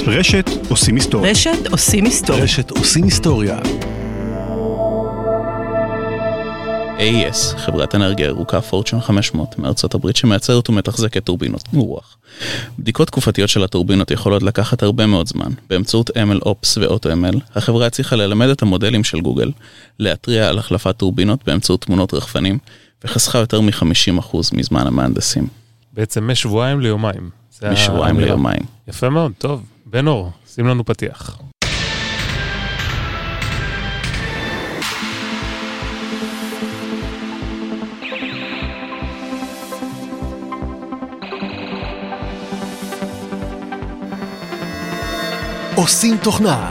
רשת עושים היסטוריה. רשת עושים היסטוריה. רשת עושים היסטוריה. AES, חברת אנרגיה ירוקה פורצ'ון 500 מארצות הברית שמייצרת ומתחזקת טורבינות רוח. בדיקות תקופתיות של הטורבינות יכולות לקחת הרבה מאוד זמן. באמצעות MLOps ו-AutoML, החברה הצליחה ללמד את המודלים של גוגל, להתריע על החלפת טורבינות באמצעות תמונות רחפנים, וחסכה יותר מ-50% מזמן המהנדסים. בעצם משבועיים ליומיים. משבועיים ליומיים. יפה מאוד, טוב. בן אור, שים לנו פתיח. עושים תוכנה.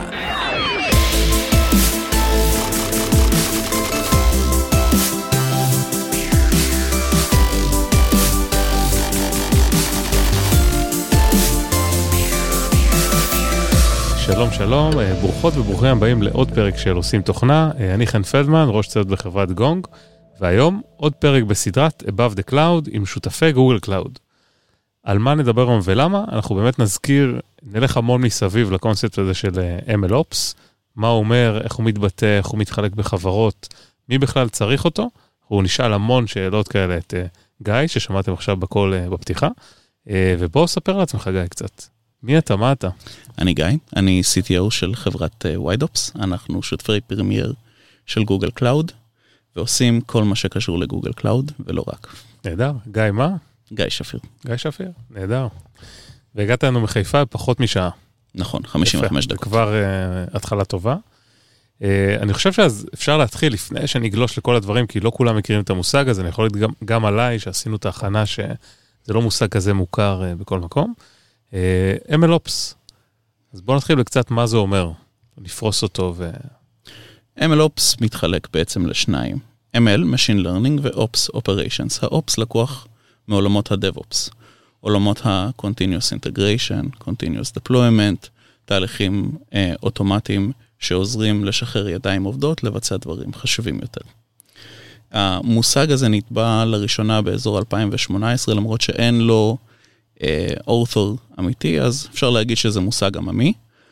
שלום שלום, ברוכות וברוכים הבאים לעוד פרק של עושים תוכנה. אני חן פלדמן, ראש צוות בחברת גונג, והיום עוד פרק בסדרת Above the Cloud עם שותפי גוגל קלאוד. על מה נדבר היום ולמה? אנחנו באמת נזכיר, נלך המון מסביב לקונספט הזה של MLOps, מה הוא אומר, איך הוא מתבטא, איך הוא מתחלק בחברות, מי בכלל צריך אותו. הוא נשאל המון שאלות כאלה את גיא, ששמעתם עכשיו בכל בפתיחה, ובואו ספר לעצמך גיא קצת. מי אתה? מה אתה? אני גיא, אני CTO של חברת WideOps, אנחנו שותפי פרמייר של גוגל קלאוד, ועושים כל מה שקשור לגוגל קלאוד, ולא רק. נהדר. גיא מה? גיא שפיר. גיא שפיר, נהדר. והגעת לנו מחיפה פחות משעה. נכון, 55 דקות. זה כבר התחלה טובה. אני חושב שאז אפשר להתחיל לפני שנגלוש לכל הדברים, כי לא כולם מכירים את המושג הזה, אני יכול להגיד גם עליי שעשינו את ההכנה שזה לא מושג כזה מוכר בכל מקום. MLOps. אז בואו נתחיל בקצת מה זה אומר, נפרוס אותו MLOps מתחלק בעצם לשניים. ML, Machine Learning, ו-Ops, Operations. ה-Ops לקוח מעולמות ה-DevOps. עולמות ה-Continuous Integration, Continuous Deployment, תהליכים אוטומטיים שעוזרים לשחרר ידיים עובדות, לבצע דברים חשובים יותר. המושג הזה נטבע לראשונה באזור 2018, למרות שאין לו אורתור אמיתי, אז אפשר להגיד שזה מושג עממי.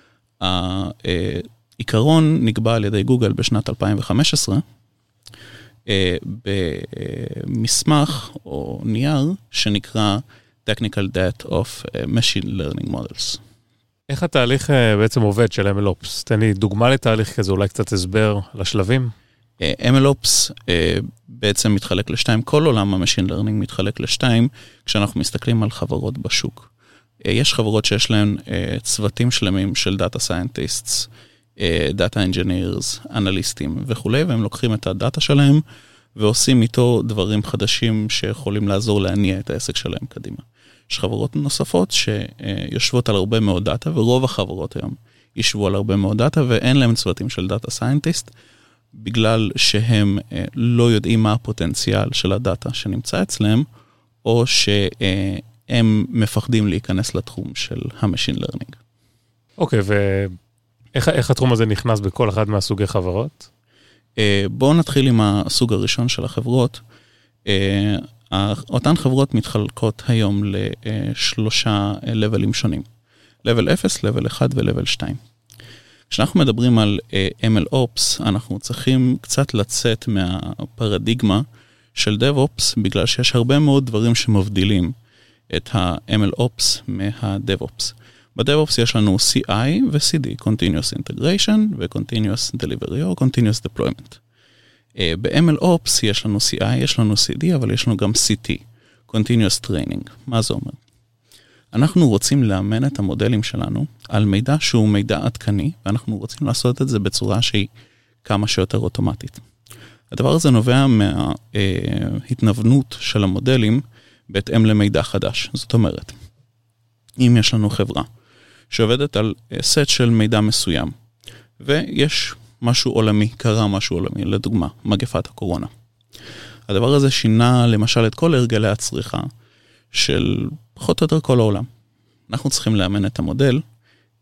העיקרון נקבע על ידי גוגל בשנת 2015, במסמך או נייר שנקרא Technical Debt of Machine Learning Models. איך התהליך בעצם עובד של MLOps? תן לי דוגמה לתהליך כזה, אולי קצת הסבר לשלבים. MLOps בעצם מתחלק לשתיים, כל עולם ה-Machine Learning מתחלק לשתיים, כשאנחנו מסתכלים על חברות בשוק. יש חברות שיש להן צוותים שלמים של Data Scientists, Data Engineers, אנליסטים וכו', והם לוקחים את הדאטה שלהם, ועושים איתו דברים חדשים שיכולים לעזור להניע את העסק שלהם קדימה. יש חברות נוספות שיושבות על הרבה מאוד דאטה, ורוב החברות היום ישבו על הרבה מאוד דאטה, ואין להם צוותים של Data Scientist, בגלל שהם לא יודעים מה הפוטנציאל של הדאטה שנמצא אצלם, או שהם מפחדים להיכנס לתחום של המשין לרנינג. אוקיי, ואיך התחום הזה נכנס בכל אחד מהסוגי חברות? בואו נתחיל עם הסוג הראשון של החברות. אותן חברות מתחלקות היום לשלושה לבלים שונים. לבל 0, לבל 1 ולבל 2. כשאנחנו מדברים על MLOps, אנחנו צריכים קצת לצאת מהפרדיגמה של DevOps, בגלל שיש הרבה מאוד דברים שמבדילים את ה-MLOps מה-DevOps. ב-DevOps יש לנו CI ו-CD, Continuous Integration ו-Continuous Delivery או Continuous Deployment. ב-MLOps יש לנו CI, יש לנו CD, אבל יש לנו גם CT, Continuous Training. מה זה אומר? אנחנו רוצים לאמן את המודלים שלנו על מידע שהוא מידע עדכני, ואנחנו רוצים לעשות את זה בצורה שהיא כמה שיותר אוטומטית. הדבר הזה נובע מההתנוונות של המודלים בהתאם למידע חדש. זאת אומרת, אם יש לנו חברה שעובדת על סט של מידע מסוים, ויש משהו עולמי, קרה משהו עולמי, לדוגמה, מגפת הקורונה. הדבר הזה שינה למשל את כל הרגלי הצריכה של פחות או יותר כל העולם. אנחנו צריכים לאמן את המודל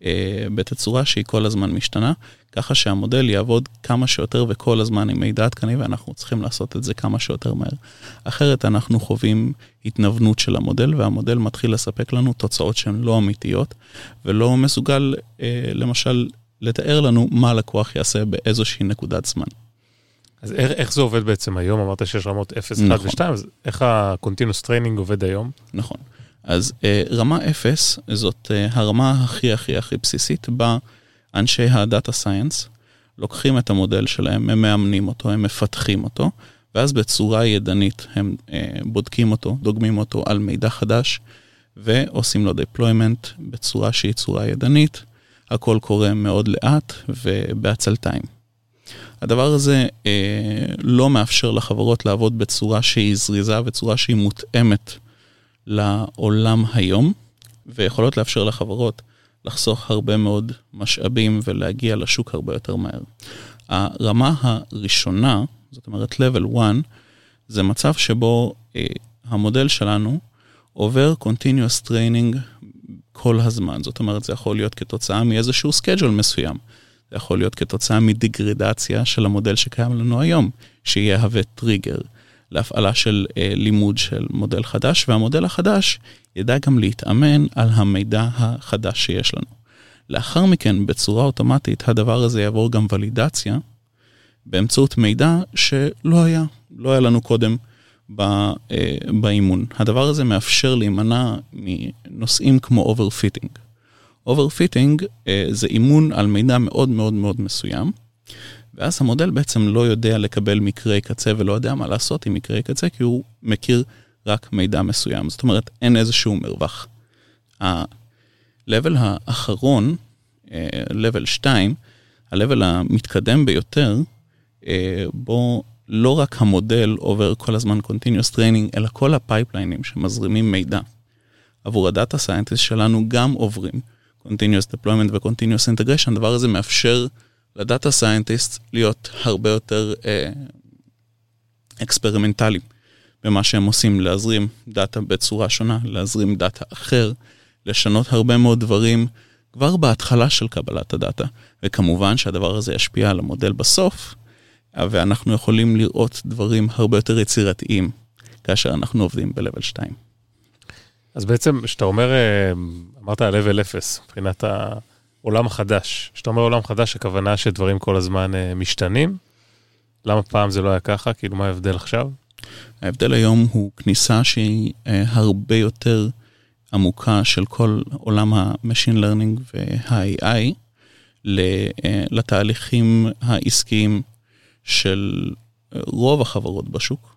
בתצורה שהיא כל הזמן משתנה, ככה שהמודל יעבוד כמה שיותר וכל הזמן עם מידע עדכני, ואנחנו צריכים לעשות את זה כמה שיותר מהר. אחרת אנחנו חווים התנוונות של המודל, והמודל מתחיל לספק לנו תוצאות שהן לא אמיתיות, ולא מסוגל, למשל, לתאר לנו מה לקוח יעשה באיזושהי נקודת זמן. אז איך זה עובד בעצם היום? אמרת שיש רמות 0, 1 ו-2, אז איך ה-Continuous Training עובד היום? נכון. אז רמה 0 זאת הרמה הכי בסיסית, בה אנשי הדאטה סיינס לוקחים את המודל שלהם, הם מאמנים אותו, הם מפתחים אותו, ואז בצורה ידנית הם בודקים אותו, דוגמים אותו על מידע חדש, ועושים לו deployment בצורה שהיא צורה ידנית, הכל קורה מאוד לאט ובעצלתיים. הדבר הזה לא מאפשר לחברות לעבוד בצורה שהיא זריזה וצורה שהיא מותאמת לעולם היום, ויכולות לאפשר לחברות לחסוך הרבה מאוד משאבים ולהגיע לשוק הרבה יותר מהר. הרמה הראשונה, זאת אומרת level 1, זה מצב שבו המודל שלנו עובר continuous training כל הזמן. זאת אומרת, זה יכול להיות כתוצאה מאיזשהו schedule מסוים. זה יכול להיות כתוצאה מדיגרדציה של המודל שקיים לנו היום, שיהווה טריגר להפעלה של לימוד של מודל חדש, והמודל החדש ידע גם להתאמן על המידע החדש שיש לנו. לאחר מכן, בצורה אוטומטית, הדבר הזה יעבור גם ולידציה, באמצעות מידע שלא היה לנו קודם באימון. הדבר הזה מאפשר להימנע מנושאים כמו overfitting. overfitting זה אימון על מידע מאוד מאוד מאוד מסוים, ואז המודל בעצם לא יודע לקבל מקרי קצה ולא יודע מה לעשות עם מקרי קצה, כי הוא מכיר רק מידע מסוים. זאת אומרת, אין איזשהו מרווח. ה-level האחרון, level 2, ה-level המתקדם ביותר, בו לא רק המודל עובר כל הזמן continuous training, אלא כל הפייפליינים שמזרימים מידע. עבור הדאטה סיינטיסט שלנו גם עוברים continuous deployment ו-continuous integration. הדבר הזה מאפשר לדאטה סיינטיסט להיות הרבה יותר אקספרימנטליים במה שהם עושים, להזרים דאטה בצורה שונה, להזרים דאטה אחר, לשנות הרבה מאוד דברים כבר בהתחלה של קבלת הדאטה. וכמובן שהדבר הזה ישפיע על המודל בסוף, ואנחנו יכולים לראות דברים הרבה יותר יצירתיים כאשר אנחנו עובדים ב-level 2. אז בעצם, שאתה אומר, אמרת על level 0, מבחינת העולם החדש. שאתה אומר עולם חדש, הכוונה שדברים כל הזמן משתנים. למה פעם זה לא היה ככה? כאילו, מה ההבדל עכשיו? ההבדל היום הוא כניסה שהיא הרבה יותר עמוקה של כל עולם ה-Machine Learning וה-AI לתהליכים העסקיים של רוב החברות בשוק.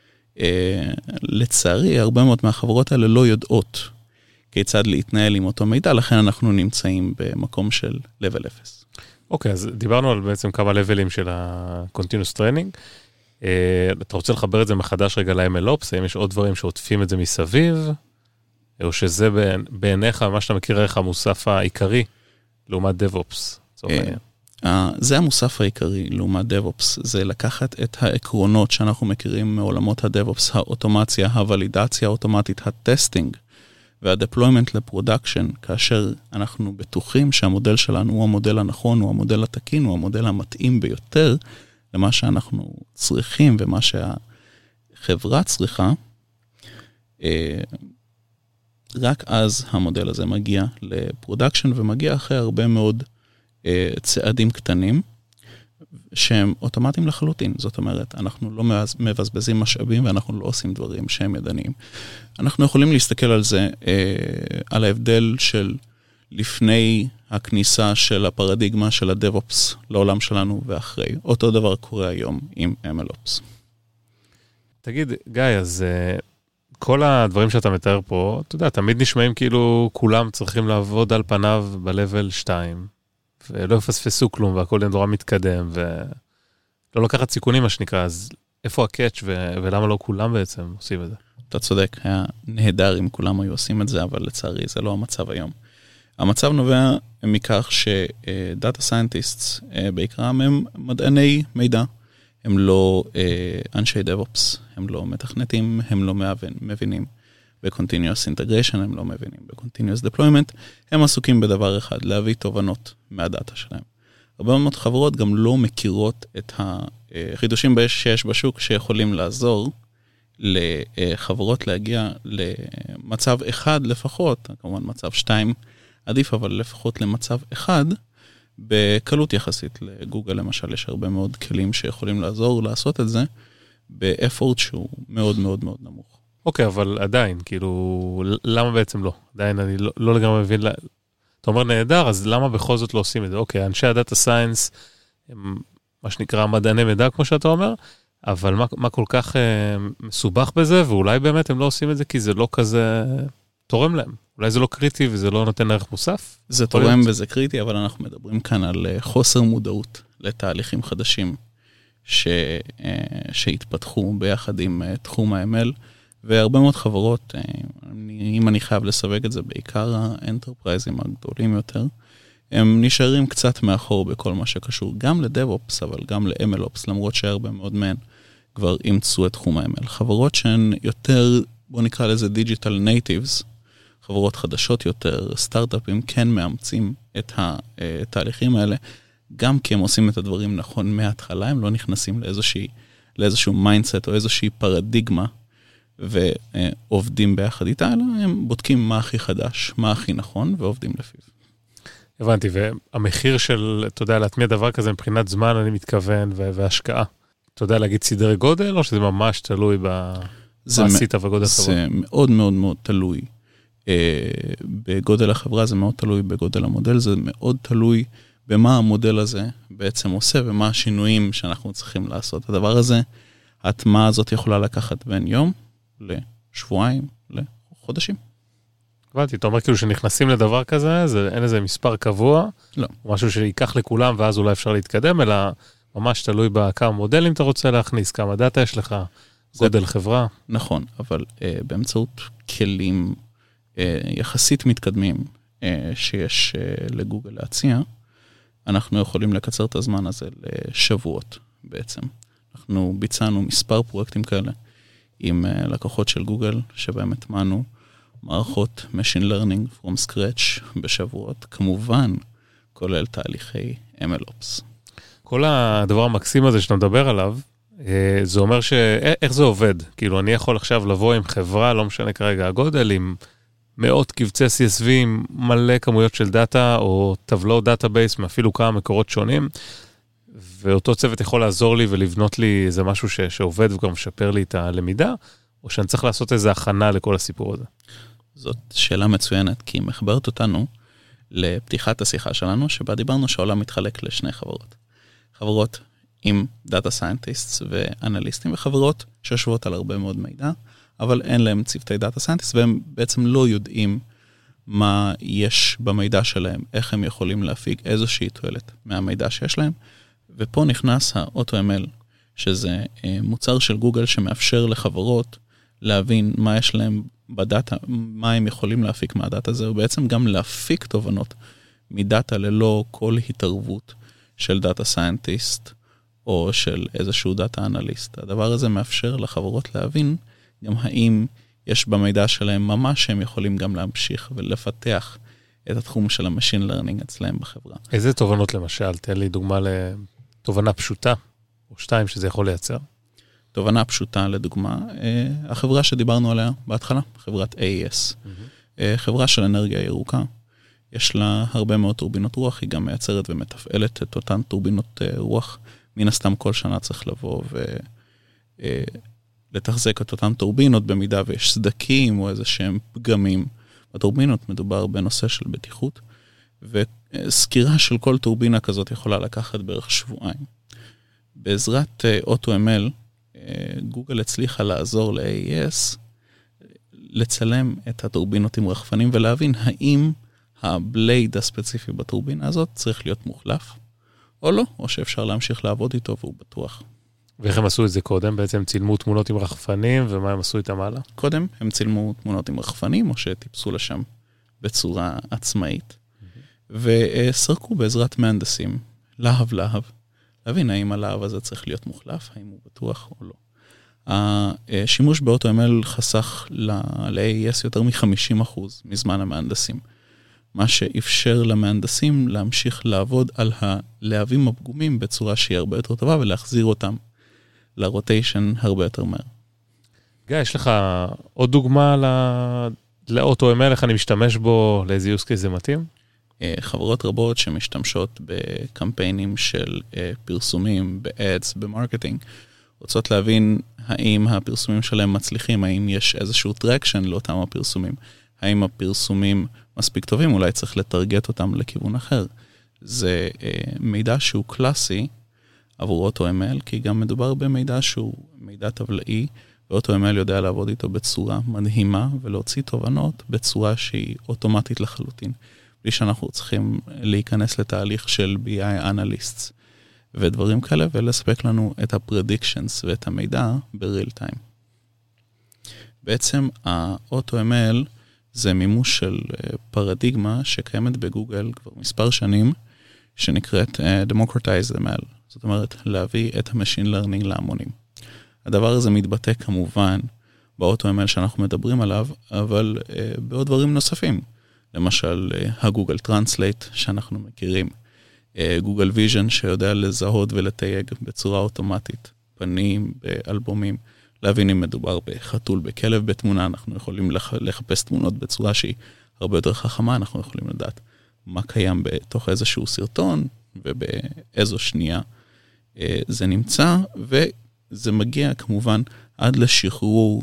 לצערי, הרבה מאוד מהחברות האלה לא יודעות כיצד להתנהל עם אותו מידע, לכן אנחנו נמצאים במקום של level 0. אוקיי, אז דיברנו על בעצם כמה לבלים של ה-Continuous Training. אתה רוצה לחבר את זה מחדש רגע ל-MLOps? האם יש עוד דברים שעוטפים את זה מסביב? או שזה בעיניך, מה שאתה מכיר ערך המוסף העיקרי, לעומת DevOps? זה המוסף העיקרי לעומת DevOps, זה לקחת את העקרונות שאנחנו מכירים מעולמות ה-DevOps, האוטומציה, הוולידציה האוטומטית, הטסטינג, והדפלוימנט לפרודקשן, כאשר אנחנו בטוחים שהמודל שלנו הוא המודל הנכון, הוא המודל התקין, הוא המודל המתאים ביותר למה שאנחנו צריכים ומה שהחברה צריכה, רק אז המודל הזה מגיע לפרודקשן, ומגיע אחרי הרבה מאוד צעדים קטנים, שהם אוטומטיים לחלוטין. זאת אומרת, אנחנו לא מבזבזים משאבים, ואנחנו לא עושים דברים שהם ידניים. אנחנו יכולים להסתכל על זה, על ההבדל של לפני הכניסה של הפרדיגמה של ה-DevOps לעולם שלנו ואחרי. אותו דבר קורה היום עם MLOps. תגיד, גיא, אז כל הדברים שאתה מתאר פה, אתה יודע, תמיד נשמעים כאילו כולם צריכים לעבוד על פניו ב-level 2, ולא יפספסו כלום, והכל נורא מתקדם, ולא לקחת סיכונים, מה שנקרא. אז איפה הקאץ' ולמה לא כולם בעצם עושים את זה? אתה צודק, היה נהדר אם כולם היו עושים את זה, אבל לצערי זה לא המצב היום. המצב נובע מכך שדאטה סיינטיסטס בעיקרם הם מדעני מידע, הם לא אנשי DevOps, הם לא מתכנתים, הם לא מבינים. ב-Continuous Integration, הם לא מבינים ב-Continuous Deployment, הם עסוקים בדבר אחד, להביא תובנות מהדאטה שלהם. הרבה מאוד חברות גם לא מכירות את החידושים שיש בשוק שיכולים לעזור לחברות להגיע למצב אחד לפחות, כמובן מצב 2 עדיף, אבל לפחות למצב 1, בקלות יחסית. לגוגל למשל יש הרבה מאוד כלים שיכולים לעזור לעשות את זה, באפורט שהוא מאוד מאוד מאוד נמוך. אוקיי, אבל עדיין, כאילו, למה בעצם לא? עדיין אני לא לגמרי מבין, אתה אומר נהדר, אז למה בכל זאת לא עושים את זה? אוקיי, אנשי הדאטה סיינס, הם מה שנקרא מדעני מידע, כמו שאתה אומר, אבל מה כל כך מסובך בזה, ואולי באמת הם לא עושים את זה, כי זה לא כזה תורם להם. אולי זה לא קריטי, וזה לא נותן ערך מוסף? זה תורם וזה קריטי, אבל אנחנו מדברים כאן על חוסר מודעות לתהליכים חדשים, שהתפתחו ביחד עם תחום ה-ML, והרבה מאוד חברות, אם אני חייב לסווג את זה, בעיקר האנטרפרייזים הגדולים יותר, הם נשארים קצת מאחור בכל מה שקשור, גם לדב-אופס, אבל גם ל-ML-אופס, למרות שהרבה מאוד מהן כבר אימצו את תחום ה-ML. חברות שהן יותר, בוא נקרא לזה דיג'יטל נייטיבס, חברות חדשות יותר, סטארט-אפים כן מאמצים את התהליכים האלה, גם כי הם עושים את הדברים נכון מההתחלה, הם לא נכנסים לאיזשהו מיינדסט או איזושהי פרדיגמה, ועובדים ביחד איתה, אלא הם בודקים מה הכי חדש, מה הכי נכון, ועובדים לפיו. הבנתי, והמחיר של, אתה יודע, להטמיע דבר כזה מבחינת זמן, אני מתכוון, והשקעה. אתה יודע להגיד סדרי גודל, או שזה ממש תלוי בעשית וגודל החברה? זה מאוד מאוד מאוד תלוי. בגודל החברה זה מאוד תלוי בגודל המודל, זה מאוד תלוי במה המודל הזה בעצם עושה, ומה השינויים שאנחנו צריכים לעשות. הדבר הזה, ההטמעה הזאת יכולה לקחת בין יום לשבועיים, לחודשים. הבנתי, אתה אומר כאילו שנכנסים לדבר כזה, אין איזה מספר קבוע, לא. משהו שיקח לכולם, ואז אולי אפשר להתקדם, אלא ממש תלוי בכמה מודלים אתה רוצה להכניס, כמה דאטה יש לך, גודל חברה. נכון, אבל באמצעות כלים יחסית מתקדמים שיש לגוגל להציע, אנחנו יכולים לקצר את הזמן הזה לשבועות בעצם. אנחנו ביצענו מספר פרויקטים כאלה עם לקוחות של גוגל, שבהם הטמענו מערכות Machine Learning from Scratch בשבועות, כמובן כולל תהליכי MLOps. כל הדבר המקסים הזה שאתה מדבר עליו, זה אומר איך זה עובד? כאילו אני יכול עכשיו לבוא עם חברה, לא משנה כרגע הגודל, עם מאות קבצי CSV, עם מלא כמויות של דאטה, או טבלאות דאטאבייס, מאפילו כמה מקורות שונים, ואותו צוות יכול לעזור לי ולבנות לי איזה משהו שעובד וגם משפר לי את הלמידה, או שאני צריך לעשות איזו הכנה לכל הסיפור הזה? זאת שאלה מצוינת, כי היא מחברת אותנו לפתיחת השיחה שלנו, שבה דיברנו שהעולם מתחלק לשני חברות. חברות עם דאטה סיינטיסטס ואנליסטים, וחברות שיושבות על הרבה מאוד מידע, אבל אין להם צוותי דאטה סיינטיסט, והם בעצם לא יודעים מה יש במידע שלהם, איך הם יכולים להפיק איזושהי תועלת מהמידע שיש להם, ופה נכנס ה-AutoML, שזה מוצר של גוגל שמאפשר לחברות להבין מה יש להם בדאטה, מה הם יכולים להפיק מהדאטה הזה, ובעצם גם להפיק תובנות מדאטה ללא כל התערבות של דאטה סיינטיסט, או של איזשהו דאטה אנליסט. הדבר הזה מאפשר לחברות להבין גם האם יש במידע שלהם ממש שהם יכולים גם להמשיך ולפתח את התחום של המשין לרנינג אצלהם בחברה. איזה תובנות למשל? תן לי דוגמה לתובנה פשוטה, או שתיים שזה יכול לייצר. תובנה פשוטה לדוגמה, החברה שדיברנו עליה בהתחלה, חברת AES. חברה של אנרגיה ירוקה. יש לה הרבה מאוד טורבינות רוח, היא גם מייצרת ומתפעלת את אותן טורבינות רוח. מן הסתם כל שנה צריך לבוא ולתחזק את אותן טורבינות במידה ויש סדקים או איזה שהם פגמים. בטורבינות מדובר בנושא של בטיחות, וסקירה של כל טורבינה כזאת יכולה לקחת בערך שבועיים. בעזרת AutoML, גוגל הצליחה לעזור ל-AES לצלם את הטורבינות עם רחפנים ולהבין האם הבלייד הספציפי בטורבינה הזאת צריך להיות מוחלף או לא, או שאפשר להמשיך לעבוד איתו והוא בטוח. ואיך הם עשו את זה קודם? בעצם צילמו תמונות עם רחפנים, ומה הם עשו איתם הלאה? קודם הם צילמו תמונות עם רחפנים, או שטיפסו לשם בצורה עצמאית, וסרקו בעזרת מהנדסים, להב, להבין האם הלהב הזה צריך להיות מוחלף, האם הוא בטוח או לא. השימוש ב-AutoML חסך ל-AES יותר מ-50% מזמן המהנדסים. מה שאפשר למהנדסים להמשיך לעבוד על הלהבים הפגומים בצורה שהיא הרבה יותר טובה, ולהחזיר אותם לרוטיישן הרבה יותר מהר. גיא, יש לך עוד דוגמה ל-AutoML, איך אני משתמש בו, לאיזה use case זה מתאים? חברות רבות שמשתמשות בקמפיינים של פרסומים, ב-ads, במרקטינג, רוצות להבין האם הפרסומים שלהם מצליחים, האם יש איזשהו טרקשן לאותם הפרסומים, האם הפרסומים מספיק טובים, אולי צריך לטרגט אותם לכיוון אחר. זה מידע שהוא קלאסי עבור AutoML, כי גם מדובר במידע שהוא מידע טבלאי, ו-AutoML יודע לעבוד איתו בצורה מדהימה, ולהוציא תובנות בצורה שהיא אוטומטית לחלוטין. בלי שאנחנו צריכים להיכנס לתהליך של BI Analysts ודברים כאלה, ולספק לנו את ה-predictions ואת המידע ב-real time. בעצם ה-AutoML זה מימוש של פרדיגמה שקיימת בגוגל כבר מספר שנים, שנקראת Democratize ML. זאת אומרת, להביא את ה-Machine Learning להמונים. הדבר הזה מתבטא כמובן ב-AutoML שאנחנו מדברים עליו, אבל בעוד דברים נוספים. למשל, הגוגל טרנסלייט שאנחנו מכירים, גוגל ויז'ן שיודע לזהות ולתייג בצורה אוטומטית, פנים באלבומים, להבין אם מדובר בחתול, בכלב, בתמונה, אנחנו יכולים לחפש תמונות בצורה שהיא הרבה יותר חכמה, אנחנו יכולים לדעת מה קיים בתוך איזשהו סרטון, ובאיזו שנייה זה נמצא, וזה מגיע כמובן עד לשחרור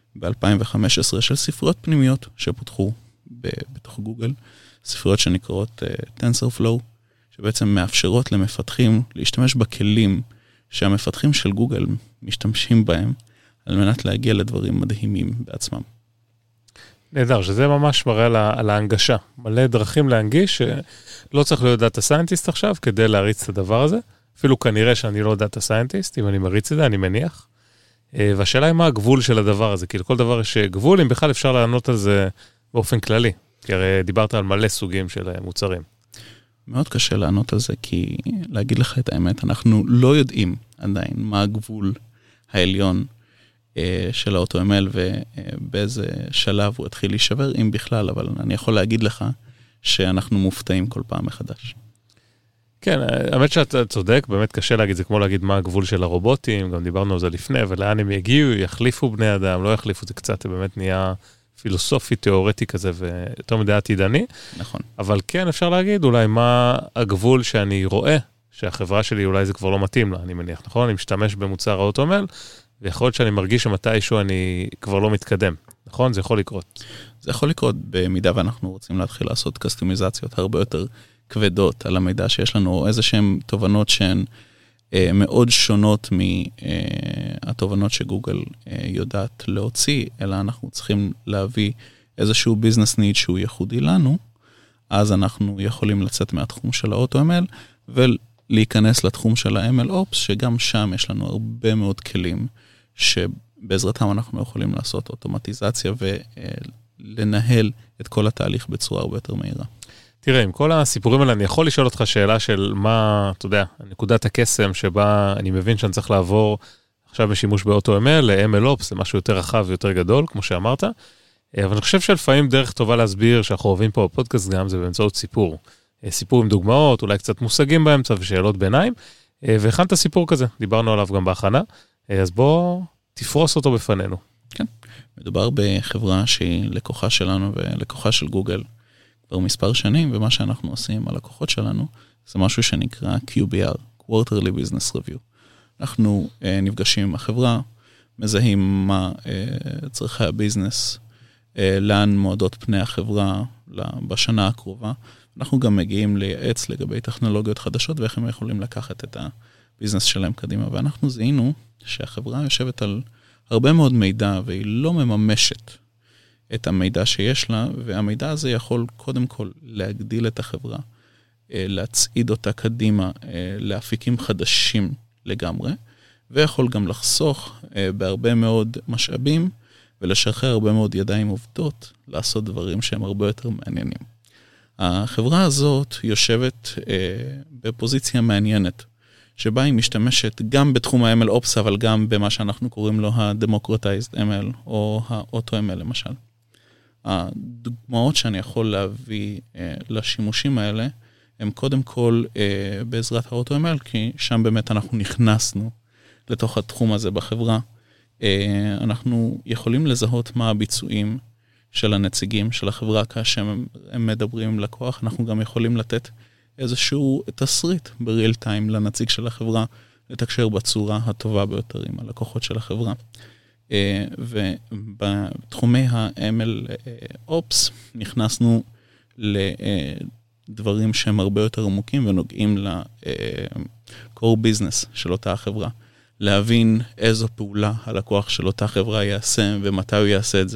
ב-2015 של ספריות פנימיות שפותחו בתוך גוגל, ספריות שנקראות TensorFlow, שבעצם מאפשרות למפתחים להשתמש בכלים שהמפתחים של גוגל משתמשים בהם, על מנת להגיע לדברים מדהימים בעצמם. נהדר, שזה ממש מראה על ההנגשה. מלא דרכים להנגיש, שלא צריך להיות דאטה סיינטיסט עכשיו, כדי להריץ את הדבר הזה. אפילו כנראה שאני לא דאטה סיינטיסט, אם אני מריץ את זה, אני מניח. והשאלה היא מה הגבול של הדבר הזה, כי לכל דבר יש גבול, אם בכלל אפשר לענות על זה באופן כללי, כי הרי דיברת על מלא סוגים של מוצרים. מאוד קשה לענות על זה, כי להגיד לך את האמת, אנחנו לא יודעים עדיין מה הגבול העליון של ה-AutoML, ובאיזה שלב הוא התחיל להישבר, אם בכלל, אבל אני יכול להגיד לך שאנחנו מופתעים כל פעם מחדש. כן, האמת שאתה צודק, באמת קשה להגיד, זה כמו להגיד מה הגבול של הרובוטים, גם דיברנו על זה לפני, ולאן הם יגיעו, יחליפו בני אדם, לא יחליפו, זה קצת באמת נהיה פילוסופי, תיאורטי כזה, ויותר מדי עתידני. נכון. אבל כן, אפשר להגיד אולי מה הגבול שאני רואה, שהחברה שלי אולי זה כבר לא מתאים לה, אני מניח, נכון? אני משתמש במוצר האוטומל, ויכול להיות שאני מרגיש שמתישהו אני כבר לא מתקדם, נכון? זה יכול לקרות. זה יכול לקרות במידה ואנחנו רוצים להתחיל לעשות קסטומיזציות הרבה יותר כבדות על המידע שיש לנו, או איזה שהן תובנות שהן מאוד שונות מהתובנות שגוגל יודעת להוציא, אלא אנחנו צריכים להביא איזשהו ביזנס ניד שהוא ייחודי לנו, אז אנחנו יכולים לצאת מהתחום של ה-AutoML, ולהיכנס לתחום של ה-MLOps, שגם שם יש לנו הרבה מאוד כלים, שבעזרתם אנחנו יכולים לעשות אוטומטיזציה, ולנהל את כל התהליך בצורה הרבה יותר מהירה. תראה, עם כל הסיפורים האלה, אני יכול לשאול אותך שאלה של מה, אתה יודע, נקודת הקסם שבה אני מבין שאני צריך לעבור עכשיו בשימוש ב-AutoML, ל-MLOps, זה משהו יותר רחב ויותר גדול, כמו שאמרת, אבל אני חושב שלפעמים דרך טובה להסביר שאנחנו אוהבים פה בפודקאסט גם, זה באמצעות סיפור. סיפור עם דוגמאות, אולי קצת מושגים באמצע ושאלות ביניים, והכנת סיפור כזה, דיברנו עליו גם בהכנה, אז בוא תפרוס אותו בפנינו. כן, מדובר בחברה שהיא לקוחה שלנו ולקוחה של גוגל, כבר מספר שנים, ומה שאנחנו עושים על לקוחות שלנו, זה משהו שנקרא QBR, Quarterly Business Review. אנחנו נפגשים עם החברה, מזהים מה צרכי הביזנס, לאן מועדות פני החברה בשנה הקרובה. אנחנו גם מגיעים לייעץ לגבי טכנולוגיות חדשות, ואיך הם יכולים לקחת את הביזנס שלהם קדימה. ואנחנו זיהינו שהחברה יושבת על הרבה מאוד מידע, והיא לא מממשת את המידע שיש לה, והמידע הזה יכול קודם כל להגדיל את החברה, להצעיד אותה קדימה, להפיקים חדשים לגמרי, ויכול גם לחסוך בהרבה מאוד משאבים, ולשחרר הרבה מאוד ידיים עובדות, לעשות דברים שהם הרבה יותר מעניינים. החברה הזאת יושבת בפוזיציה מעניינת, שבה היא משתמשת גם בתחום ה-MLOps, אבל גם במה שאנחנו קוראים לו ה-Democratized ML, או ה-Auto-ML למשל. הדוגמאות שאני יכול להביא לשימושים האלה, הם קודם כל בעזרת ה-Auto-ML, כי שם באמת אנחנו נכנסנו לתוך התחום הזה בחברה. אנחנו יכולים לזהות מה הביצועים של הנציגים של החברה, כאשר הם מדברים עם לקוח, אנחנו גם יכולים לתת איזשהו תסריט בריל טיים לנציג של החברה, לתקשר בצורה הטובה ביותר עם הלקוחות של החברה. ובתחומי ה-MLOps נכנסנו לדברים שהם הרבה יותר עמוקים ונוגעים ל-core business של אותה החברה. להבין איזו פעולה הלקוח של אותה חברה יעשה ומתי הוא יעשה את זה.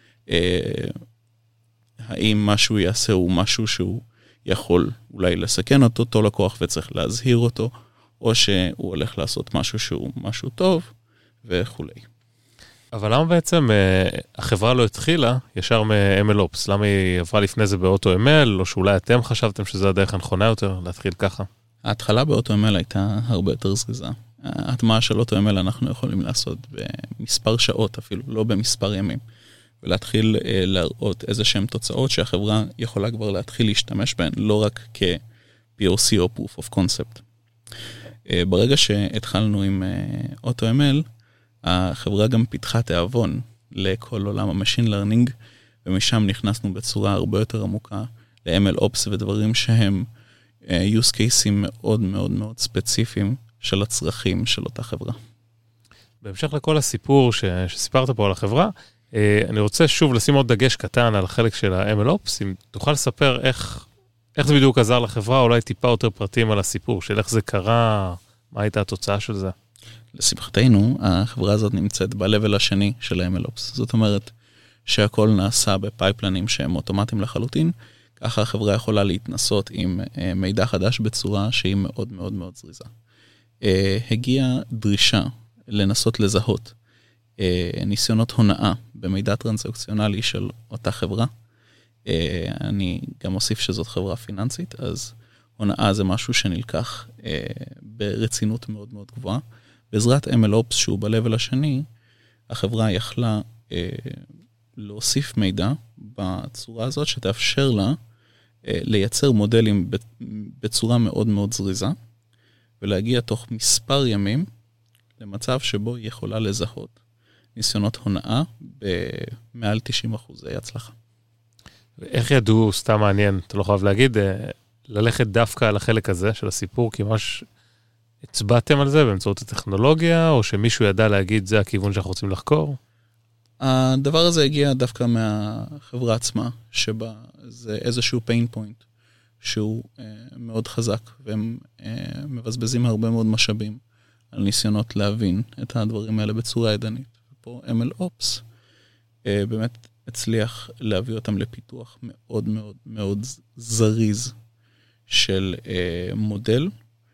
האם משהו יעשה הוא משהו שהוא יכול אולי לסכן אותו לקוח וצריך להזהיר אותו, או שהוא הולך לעשות משהו שהוא משהו טוב וכו'. אבל למה בעצם החברה לא התחילה ישר מ-MLOps? למה היא עברה לפני זה באוטו-ML, או שאולי אתם חשבתם שזה הדרך הנכונה יותר להתחיל ככה? ההתחלה באוטו-ML הייתה הרבה יותר זריזה. ההטמעה של אוטו-ML אנחנו יכולים לעשות במספר שעות אפילו, לא במספר ימים. ולהתחיל להראות איזה שהן תוצאות שהחברה יכולה כבר להתחיל להשתמש בהן, לא רק כ-POC או Proof of Concept. ברגע שהתחלנו עם Auto-ML, החברה גם פיתחה תיאבון לכל עולם ה-Machine Learning, ומשם נכנסנו בצורה הרבה יותר עמוקה ל-MLOps ודברים שהם use cases מאוד מאוד מאוד ספציפיים של הצרכים של אותה חברה. בהמשך לכל הסיפור שסיפרת פה על החברה, אני רוצה שוב לשים עוד דגש קטן על החלק של ה-MLOps, אם תוכל לספר איך זה בדיוק עזר לחברה, אולי טיפה יותר פרטים על הסיפור, של איך זה קרה, מה הייתה התוצאה של זה. לשמחתנו, החברה הזאת נמצאת ב-level השני של ה-MLOps. זאת אומרת שהכל נעשה בפייפלנים שהם אוטומטיים לחלוטין, ככה החברה יכולה להתנסות עם מידע חדש בצורה שהיא מאוד מאוד מאוד זריזה. הגיעה דרישה לנסות לזהות ניסיונות הונאה במידע טרנזקציונלי של אותה חברה. אני גם אוסיף שזאת חברה פיננסית, אז הונאה זה משהו שנלקח ברצינות מאוד מאוד גבוהה. בעזרת MLOps שהוא ב-level השני, החברה יכלה להוסיף מידע בצורה הזאת שתאפשר לה לייצר מודלים בצורה מאוד מאוד זריזה, ולהגיע תוך מספר ימים למצב שבו היא יכולה לזהות ניסיונות הונאה במעל 90% הצלחה. איך ידעו, סתם מעניין, אתה לא חייב להגיד, ללכת דווקא על החלק הזה של הסיפור, כי ממש הצבעתם על זה באמצעות הטכנולוגיה, או שמישהו ידע להגיד, זה הכיוון שאנחנו רוצים לחקור? הדבר הזה הגיע דווקא מהחברה עצמה, שבה זה איזשהו pain point, שהוא מאוד חזק, והם מבזבזים הרבה מאוד משאבים על ניסיונות להבין את הדברים האלה בצורה ידנית. פה MLOps באמת הצליח להביא אותם לפיתוח מאוד מאוד מאוד זריז של מודל,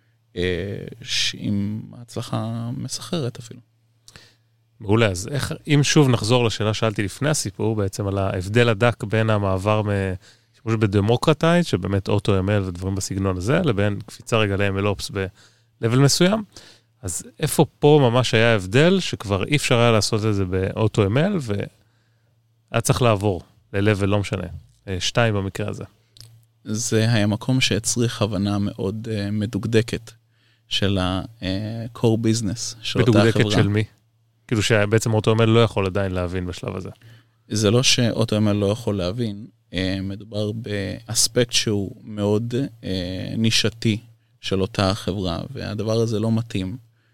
עם הצלחה מסחררת אפילו. מעולה, אז אם שוב נחזור לשאלה שאלתי לפני הסיפור, בעצם על ההבדל הדק בין המעבר שימוש בדמוקרטייז, שבאמת אוטו-ML ודברים בסגנון הזה, לבין קפיצה רגע ל-MLOps ב-level מסוים, אז איפה פה ממש היה הבדל שכבר אי אפשר היה לעשות את זה באוטו-ML, והיה צריך לעבור ל-level לא משנה, 2 במקרה הזה. זה היה מקום שהצריך הבנה מאוד מדוקדקת של ה-core business של אותה חברה. מדוקדקת של מי? כאילו שבעצם אוטו-ML לא יכול עדיין להבין בשלב הזה. זה לא שאוטו-ML לא יכול להבין, מדובר באספקט שהוא מאוד נישתי של אותה חברה, והדבר הזה לא מתאים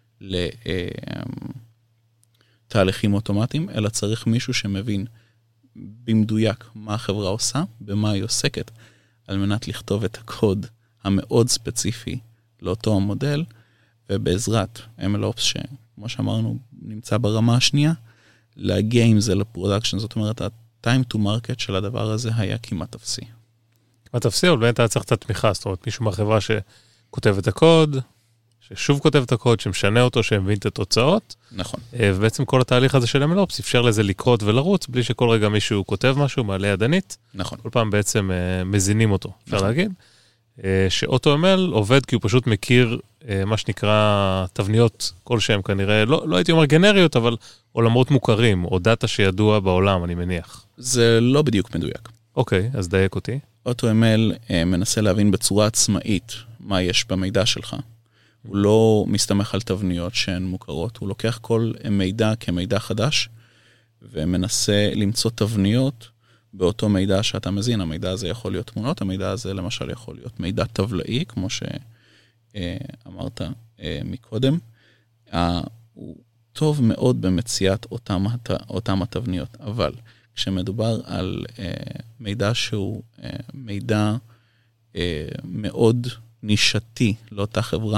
לתהליכים אוטומטיים, אלא צריך מישהו שמבין במדויק מה החברה עושה, במה היא עוסקת, על מנת לכתוב את הקוד המאוד ספציפי לאותו המודל, ובעזרת MLOps שכמו שאמרנו נמצא ברמה השנייה, להגיע עם זה לפרודקשן, זאת אומרת, ה-time to market של הדבר הזה היה כמעט אפסי. כמעט אפסי, אבל באמת היה צריך את התמיכה, זאת אומרת, מישהו מהחברה שכותב את הקוד, ששוב כותב את הקוד, שמשנה אותו, שמבין את התוצאות. נכון. ובעצם כל התהליך הזה של MLOps אפשר לזה לקרות ולרוץ, בלי שכל רגע מישהו כותב משהו, מעלה ידנית. נכון. כל פעם בעצם מזינים אותו, אפשר להגיד. שאוטו-ML עובד כי הוא פשוט מכיר מה שנקרא תבניות כלשהם כנראה, לא הייתי אומר גנריות, אבל עולמות מוכרים, או דאטה שידוע בעולם, אני מניח. זה לא בדיוק מדויק. אוקיי, אז דייק אותי. AutoML מנסה להבין בצורה עצמאית מה יש במידע שלך. הוא לא מסתמך על תבניות שהן מוכרות, הוא לוקח כל מידע כמידע חדש, ומנסה למצוא תבניות באותו מידע שאתה מזין. המידע הזה יכול להיות תמונות, המידע הזה למשל יכול להיות מידע טבלאי, כמו שאמרת מקודם. הוא טוב מאוד במציאת אותם התבניות, אבל כשמדובר על מידע שהוא מידע מאוד נישתי לאותה חברה,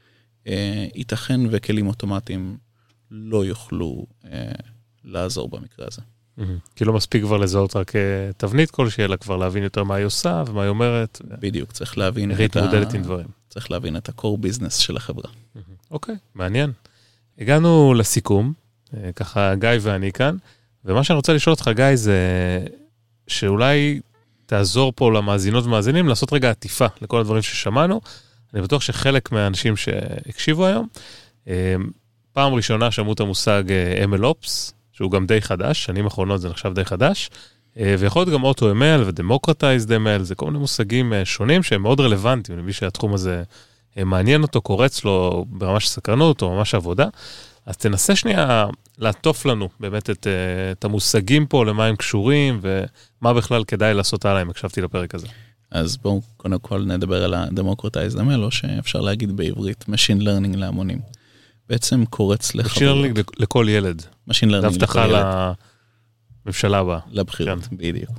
ייתכן וכלים אוטומטיים לא יוכלו לעזור במקרה הזה. כי לא מספיק כבר לזהות רק תבנית כלשהי, אלא כבר להבין יותר מה היא עושה ומה היא אומרת. בדיוק, צריך להבין צריך להבין את ה-core business של החברה. אוקיי, מעניין. הגענו לסיכום, ככה גיא ואני כאן, ומה שאני רוצה לשאול אותך, גיא, זה שאולי תעזור פה למאזינות ומאזינים לעשות רגע עטיפה לכל הדברים ששמענו. אני בטוח שחלק מהאנשים שהקשיבו היום, פעם ראשונה שמעו את המושג MLOps, שהוא גם די חדש, שנים האחרונות זה נחשב די חדש, ויכול להיות גם AutoML ו-Democratized ML, זה כל מיני מושגים שונים שהם מאוד רלוונטיים, למי שהתחום הזה מעניין אותו, קורץ לו ברמה של סקרנות או ממש עבודה. אז תנסה שנייה לעטוף לנו באמת את המושגים פה, למה הם קשורים, ומה בכלל כדאי לעשות הלאה, אם הקשבתי לפרק הזה. אז בואו קודם כל נדבר על ה-Democratized ML, או שאפשר להגיד בעברית, Machine Learning להמונים. בעצם קורץ לחברות. Machine Learning לכל ילד. Machine Learning לכל ילד. להבטחה לממשלה הבאה. לבחירות, בדיוק.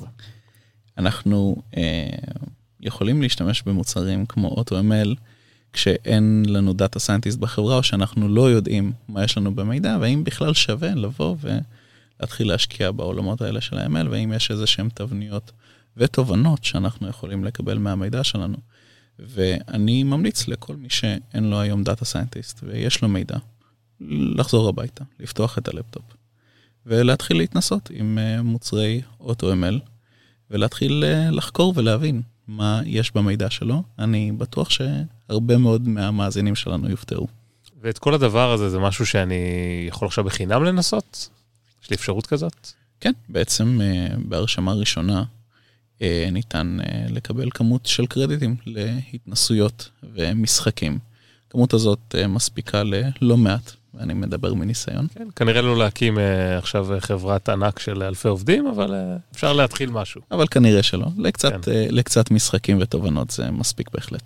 אנחנו יכולים להשתמש במוצרים כמו AutoML, כשאין לנו דאטה סיינטיסט בחברה, או שאנחנו לא יודעים מה יש לנו במידע, והאם בכלל שווה לבוא ולהתחיל להשקיע בעולמות האלה של ה-ML, והאם יש איזה שהם תבניות ותובנות שאנחנו יכולים לקבל מהמידע שלנו. ואני ממליץ לכל מי שאין לו היום דאטה סיינטיסט, ויש לו מידע, לחזור הביתה, לפתוח את הלפטופ, ולהתחיל להתנסות עם מוצרי AutoML, ולהתחיל לחקור ולהבין מה יש במידע שלו. אני בטוח שהרבה מאוד מהמאזינים שלנו יופתעו. ואת כל הדבר הזה זה משהו שאני יכול עכשיו בחינם לנסות? יש לי אפשרות כזאת? כן, בעצם בהרשמה ראשונה ניתן לקבל כמות של קרדיטים להתנסויות ומשחקים. הכמות הזאת מספיקה ללא מעט, ואני מדבר מניסיון. כן, כנראה לא להקים עכשיו חברת ענק של אלפי עובדים, אבל אפשר להתחיל משהו. אבל כנראה שלא. לקצת משחקים ותובנות זה מספיק בהחלט.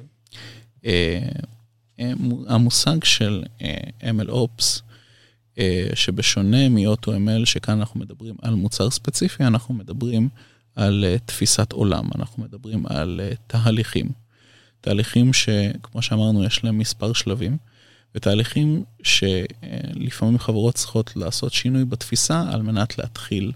המושג של MLOps, שבשונה מ-AutoML, שכאן אנחנו מדברים על מוצר ספציפי, אנחנו מדברים על תפיסת עולם, אנחנו מדברים על תהליכים. תהליכים שכמו שאמרנו, יש להם מספר שלבים, ותהליכים שלפעמים חברות צריכות לעשות שינוי בתפיסה, על מנת להתחיל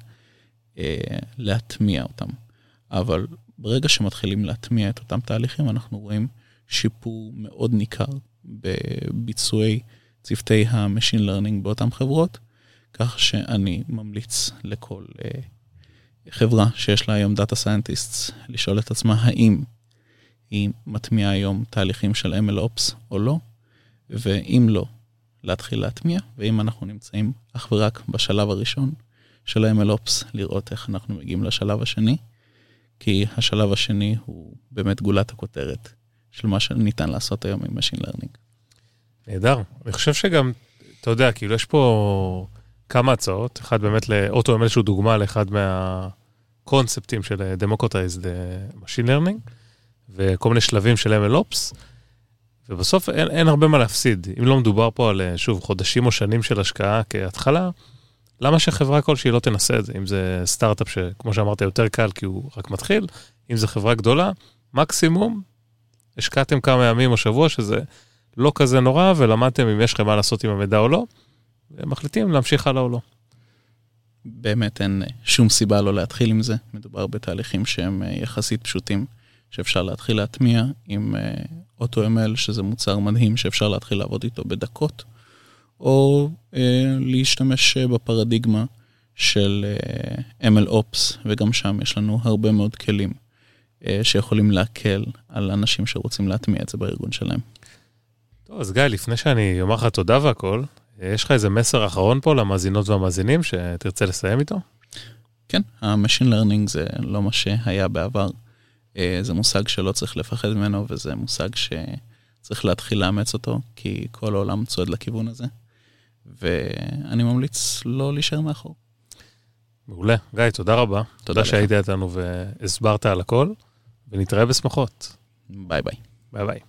להטמיע אותם. אבל ברגע שמתחילים להטמיע את אותם תהליכים, אנחנו רואים שיפור מאוד ניכר בביצועי צוותי ה-Machine Learning באותם חברות, כך שאני ממליץ לכל חברה שיש לה היום Data Scientists, לשאול את עצמה האם היא מטמיעה היום תהליכים של MLOps או לא, ואם לא, להתחיל להטמיע, ואם אנחנו נמצאים אך ורק בשלב הראשון של ה-MLOps, לראות איך אנחנו מגיעים לשלב השני, כי השלב השני הוא באמת גולת הכותרת של מה שניתן לעשות היום עם Machine Learning. נהדר. אני חושב שגם, אתה יודע, כאילו יש פה כמה הצעות, אחד באמת לאוטו-ML שהוא דוגמה לאחד מהקונספטים של Democratized Machine Learning, וכל מיני שלבים של MLOps, ובסוף אין הרבה מה להפסיד. אם לא מדובר פה על, שוב, חודשים או שנים של השקעה כהתחלה, למה שחברה כלשהי לא תנסה את זה? אם זה סטארט-אפ שכמו שאמרת יותר קל כי הוא רק מתחיל, אם זה חברה גדולה, מקסימום, השקעתם כמה ימים או שבוע שזה לא כזה נורא, ולמדתם אם יש לכם מה לעשות עם המידע או לא, ומחליטים להמשיך הלאה או לא. באמת אין שום סיבה לא להתחיל עם זה. מדובר בתהליכים שהם יחסית פשוטים, שאפשר להתחיל להטמיע עם AutoML, שזה מוצר מדהים שאפשר להתחיל לעבוד איתו בדקות, או להשתמש בפרדיגמה של MLOps, וגם שם יש לנו הרבה מאוד כלים שיכולים להקל על אנשים שרוצים להטמיע את זה בארגון שלהם. טוב, אז גיא, לפני שאני אומר לך תודה והכל, יש לך איזה מסר אחרון פה למאזינות והמאזינים שתרצה לסיים איתו? כן, ה-Machine Learning זה לא מה שהיה בעבר. זה מושג שלא צריך לפחד ממנו, וזה מושג שצריך להתחיל לאמץ אותו, כי כל העולם צועד לכיוון הזה. ואני ממליץ לא להישאר מאחור. מעולה. גיא, תודה רבה. תודה שהיית איתנו והסברת על הכל, ונתראה בשמחות. ביי ביי. ביי ביי.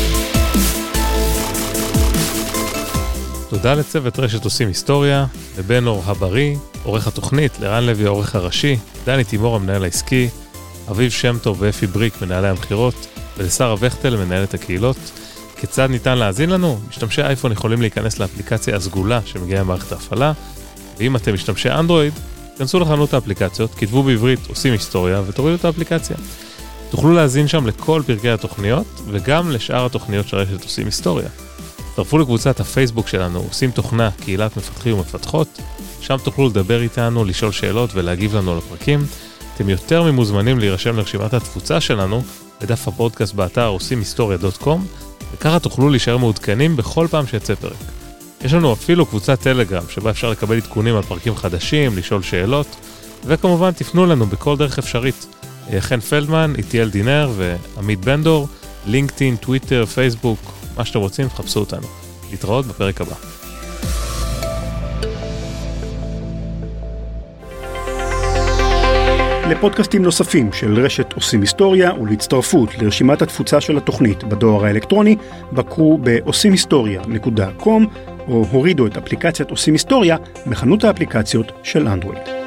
תודה לצוות רשת עושים היסטוריה, לבן אור הבריא, עורך התוכנית, לרן לוי העורך הראשי, דני תימור המנהל העסקי, אביב שם טוב ואפי בריק מנהלי המחירות, ולשרה וכטל מנהלת הקהילות. כיצד ניתן להאזין לנו? משתמשי אייפון יכולים להיכנס לאפליקציה הסגולה שמגיעה ממערכת ההפעלה, ואם אתם משתמשי אנדרואיד, כנסו לחנות האפליקציות, כתבו בעברית עושים היסטוריה ותורידו את האפליקציה. תוכלו להאזין שם לכל פרקי התוכניות וגם לשאר התוכניות של רשת עושים היסטוריה. תצטרפו לקבוצת הפייסבוק שלנו, עושים תוכנה, קהילת מפתחים ומפתחות, שם תוכלו לדבר איתנו, לשאול שאלות ולהגיב לנו לפרקים. אתם יותר ממוזמנים להירשם לרשימת התפוצה שלנו בדף הפודקאסט באתר עושים היסטוריה.com, וככה תוכלו להישאר מעודכנים בכל פעם שיצא פרק. יש לנו אפילו קבוצת טלגרם שבה אפשר לקבל עדכונים על פרקים חדשים, לשאול שאלות, וכמובן תפנו לנו בכל דרך אפשרית. חן פלדמן, איטיאל דינר ועמית בנדור, לינקדאין, טוויטר, פייסבוק, מה שאתם רוצים, תחפשו אותנו. להתראות בפרק הבא. לפודקאסטים נוספים של רשת עושים היסטוריה ולהצטרפות לרשימת התפוצה של התוכנית בדואר האלקטרוני, בקרו ב-עושימhistoria.com או הורידו את אפליקציית עושים היסטוריה בחנות האפליקציות של אנדרואיד.